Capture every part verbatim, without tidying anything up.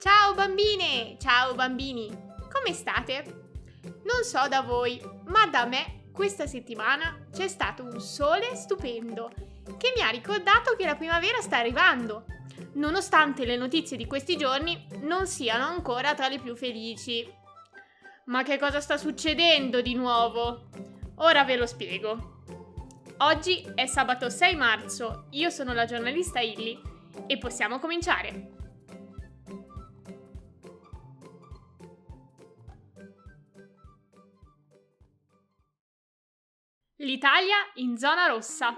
Ciao bambine! Ciao bambini! Come state? Non so da voi, ma da me questa settimana c'è stato un sole stupendo che mi ha ricordato che la primavera sta arrivando, nonostante le notizie di questi giorni non siano ancora tra le più felici. Ma che cosa sta succedendo di nuovo? Ora ve lo spiego. Oggi è sabato sei marzo, io sono la giornalista Illy e possiamo cominciare. L'Italia in zona rossa.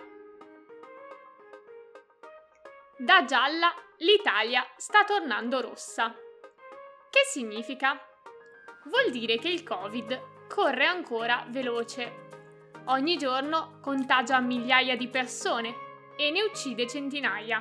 Da gialla l'Italia sta tornando rossa. Che significa? Vuol dire che il Covid corre ancora veloce. Ogni giorno contagia migliaia di persone e ne uccide centinaia.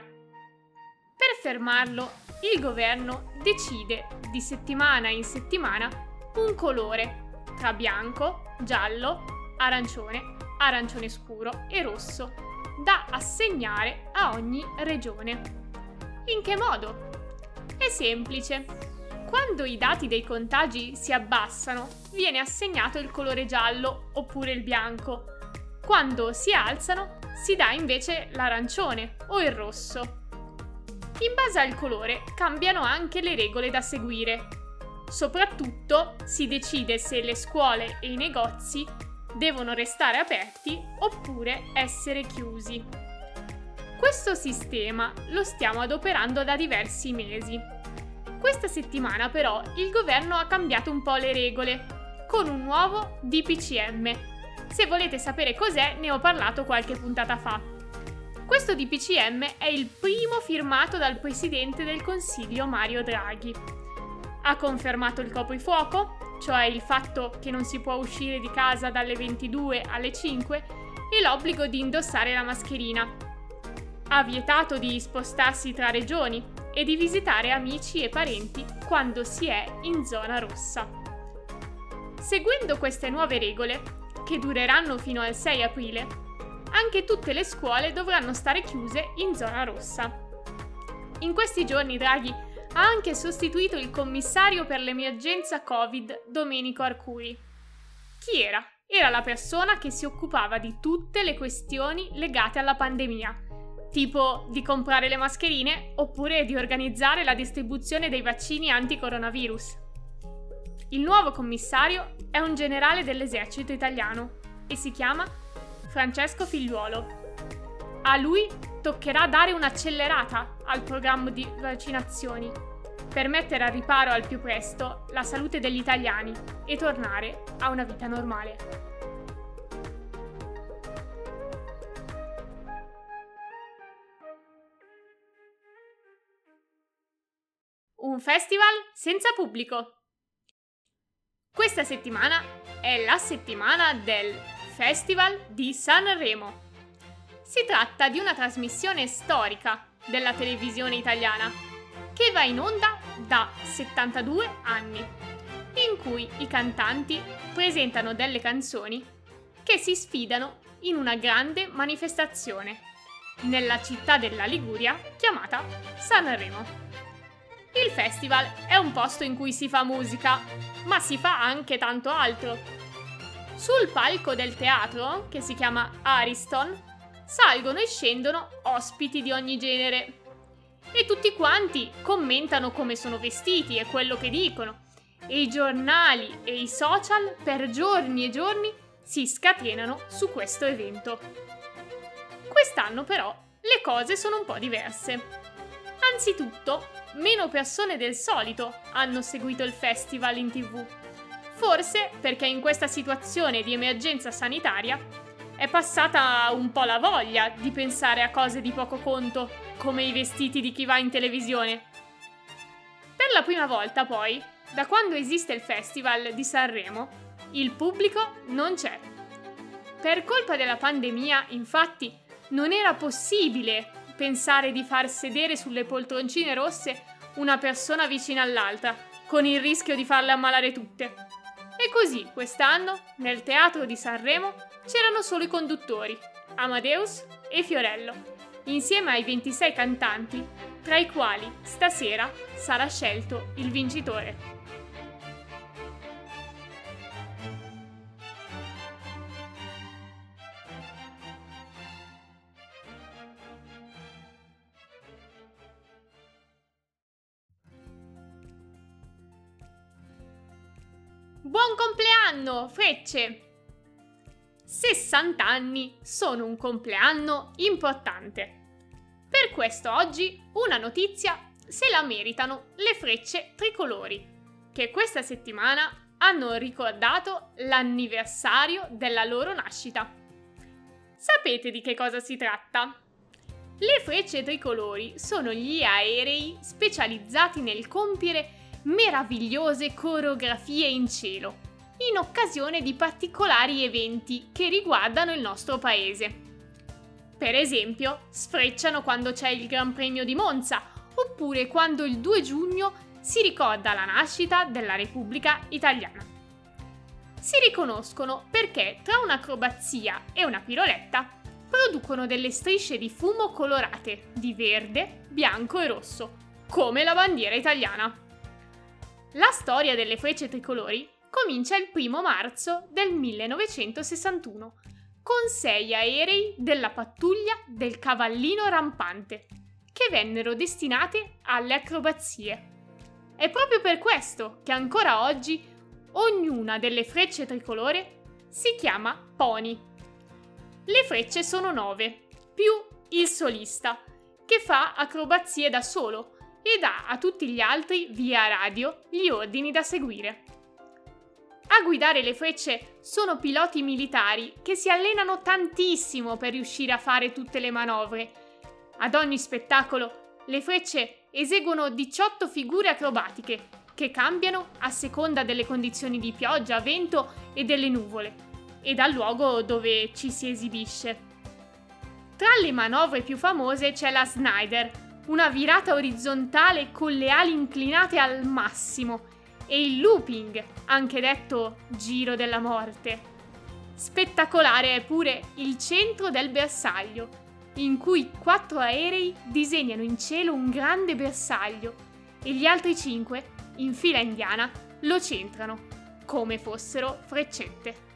Per fermarlo, il governo decide di settimana in settimana un colore tra bianco, giallo, arancione, arancione scuro e rosso da assegnare a ogni regione. In che modo? È semplice. Quando i dati dei contagi si abbassano, viene assegnato il colore giallo oppure il bianco. Quando si alzano, si dà invece l'arancione o il rosso. In base al colore cambiano anche le regole da seguire. Soprattutto si decide se le scuole e i negozi devono restare aperti oppure essere chiusi. Questo sistema lo stiamo adoperando da diversi mesi. Questa settimana però il governo ha cambiato un po' le regole con un nuovo D P C M. Se volete sapere cos'è, ne ho parlato qualche puntata fa. Questo D P C M è il primo firmato dal presidente del Consiglio Mario Draghi. Ha confermato il coprifuoco, cioè il fatto che non si può uscire di casa dalle ventidue alle cinque, e l'obbligo di indossare la mascherina. Ha vietato di spostarsi tra regioni e di visitare amici e parenti quando si è in zona rossa. Seguendo queste nuove regole, che dureranno fino al sei aprile, anche tutte le scuole dovranno stare chiuse in zona rossa. In questi giorni Draghi ha anche sostituito il commissario per l'emergenza Covid, Domenico Arcuri. Chi era? Era la persona che si occupava di tutte le questioni legate alla pandemia, tipo di comprare le mascherine oppure di organizzare la distribuzione dei vaccini anti-coronavirus. Il nuovo commissario è un generale dell'esercito italiano e si chiama Francesco Figliuolo. A lui toccherà dare un'accelerata al programma di vaccinazioni per mettere al riparo al più presto la salute degli italiani e tornare a una vita normale. Un festival senza pubblico. Questa settimana è la settimana del Festival di Sanremo. Si tratta di una trasmissione storica della televisione italiana che va in onda da settantadue anni, in cui i cantanti presentano delle canzoni che si sfidano in una grande manifestazione nella città della Liguria chiamata Sanremo. Il festival è un posto in cui si fa musica, ma si fa anche tanto altro. Sul palco del teatro, che si chiama Ariston, salgono e scendono ospiti di ogni genere e tutti quanti commentano come sono vestiti e quello che dicono, e i giornali e i social per giorni e giorni si scatenano su questo evento. Quest'anno però le cose sono un po' diverse. Anzitutto, meno persone del solito hanno seguito il festival in tivù, forse perché in questa situazione di emergenza sanitaria è passata un po' la voglia di pensare a cose di poco conto, come i vestiti di chi va in televisione. Per la prima volta, poi, da quando esiste il Festival di Sanremo, il pubblico non c'è. Per colpa della pandemia, infatti, non era possibile pensare di far sedere sulle poltroncine rosse una persona vicina all'altra, con il rischio di farle ammalare tutte. E così, quest'anno, nel Teatro di Sanremo, c'erano solo i conduttori, Amadeus e Fiorello, insieme ai ventisei cantanti, tra i quali stasera sarà scelto il vincitore. Buon compleanno, Frecce! sessanta anni sono un compleanno importante. Per questo oggi una notizia se la meritano le Frecce tricolori, che questa settimana hanno ricordato l'anniversario della loro nascita. Sapete di che cosa si tratta? Le Frecce tricolori sono gli aerei specializzati nel compiere meravigliose coreografie in cielo, in occasione di particolari eventi che riguardano il nostro paese. Per esempio, sfrecciano quando c'è il Gran Premio di Monza, oppure quando il due giugno si ricorda la nascita della Repubblica Italiana. Si riconoscono perché tra un'acrobazia e una piroletta producono delle strisce di fumo colorate di verde, bianco e rosso, come la bandiera italiana. La storia delle Frecce tricolori comincia il primo marzo del millenovecentosessantuno con sei aerei della pattuglia del Cavallino Rampante che vennero destinate alle acrobazie. È proprio per questo che ancora oggi ognuna delle Frecce tricolore si chiama Pony. Le frecce sono nove, più il solista, che fa acrobazie da solo e dà a tutti gli altri via radio gli ordini da seguire. A guidare le frecce sono piloti militari che si allenano tantissimo per riuscire a fare tutte le manovre. Ad ogni spettacolo le frecce eseguono diciotto figure acrobatiche che cambiano a seconda delle condizioni di pioggia, vento e delle nuvole e dal luogo dove ci si esibisce. Tra le manovre più famose c'è la Snyder, una virata orizzontale con le ali inclinate al massimo, e il looping, anche detto giro della morte. Spettacolare è pure il centro del bersaglio, in cui quattro aerei disegnano in cielo un grande bersaglio e gli altri cinque, in fila indiana, lo centrano, come fossero freccette.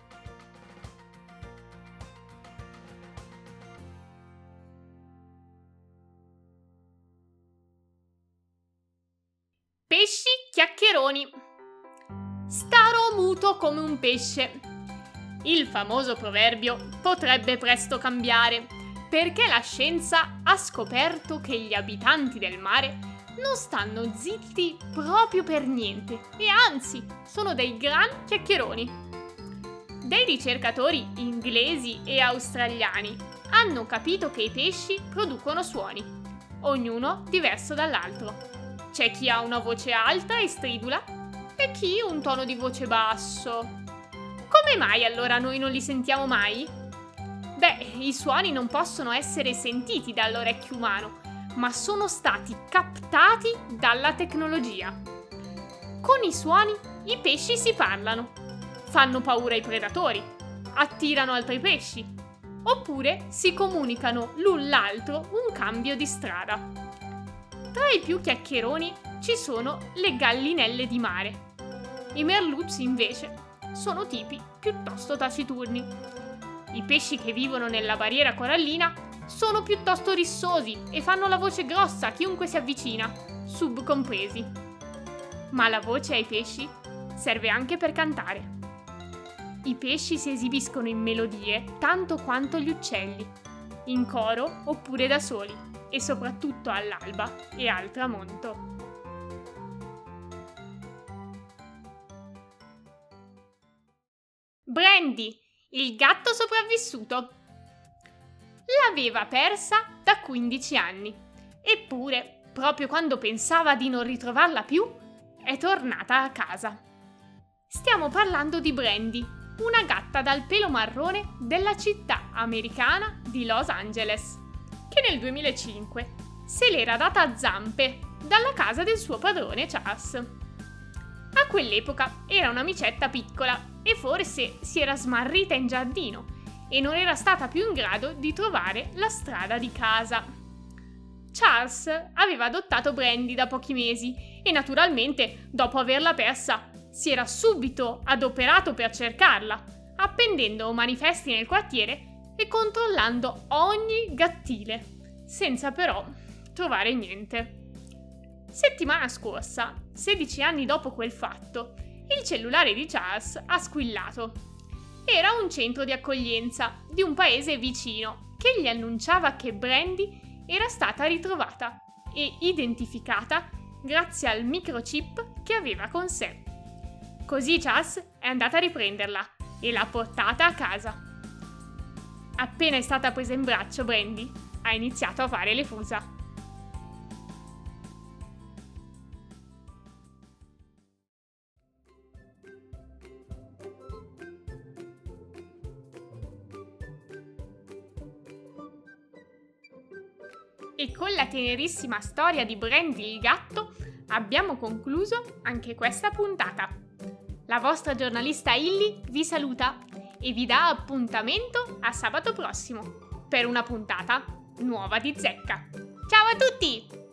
Pesci chiacchieroni. Starò muto come un pesce. Il famoso proverbio potrebbe presto cambiare, perché la scienza ha scoperto che gli abitanti del mare non stanno zitti proprio per niente e anzi sono dei gran chiacchieroni. Dei ricercatori inglesi e australiani hanno capito che i pesci producono suoni, ognuno diverso dall'altro. C'è chi ha una voce alta e stridula e chi un tono di voce basso. Come mai allora noi non li sentiamo mai? Beh, i suoni non possono essere sentiti dall'orecchio umano, ma sono stati captati dalla tecnologia. Con i suoni i pesci si parlano, fanno paura ai predatori, attirano altri pesci, oppure si comunicano l'un l'altro un cambio di strada. Tra i più chiacchieroni ci sono le gallinelle di mare. I merluzzi, invece, sono tipi piuttosto taciturni. I pesci che vivono nella barriera corallina sono piuttosto rissosi e fanno la voce grossa a chiunque si avvicina, sub compresi. Ma la voce ai pesci serve anche per cantare. I pesci si esibiscono in melodie tanto quanto gli uccelli, in coro oppure da soli, e soprattutto all'alba e al tramonto. Brandy, il gatto sopravvissuto. L'aveva persa da quindici anni, eppure, proprio quando pensava di non ritrovarla più, è tornata a casa. Stiamo parlando di Brandy, una gatta dal pelo marrone della città americana di Los Angeles, che nel duemilacinque se l'era data a zampe dalla casa del suo padrone Charles. A quell'epoca era una micetta piccola e forse si era smarrita in giardino e non era stata più in grado di trovare la strada di casa. Charles aveva adottato Brandy da pochi mesi e naturalmente, dopo averla persa, si era subito adoperato per cercarla, appendendo manifesti nel quartiere e controllando ogni gattile, senza però trovare niente. Settimana scorsa, sedici anni dopo quel fatto, il cellulare di Charles ha squillato. Era un centro di accoglienza di un paese vicino che gli annunciava che Brandy era stata ritrovata e identificata grazie al microchip che aveva con sé. Così Charles è andata a riprenderla e l'ha portata a casa. Appena è stata presa in braccio, Brandy ha iniziato a fare le fusa. E con la tenerissima storia di Brandy il gatto abbiamo concluso anche questa puntata. La vostra giornalista Illy vi saluta e vi dà appuntamento a sabato prossimo per una puntata nuova di Zecca. Ciao a tutti!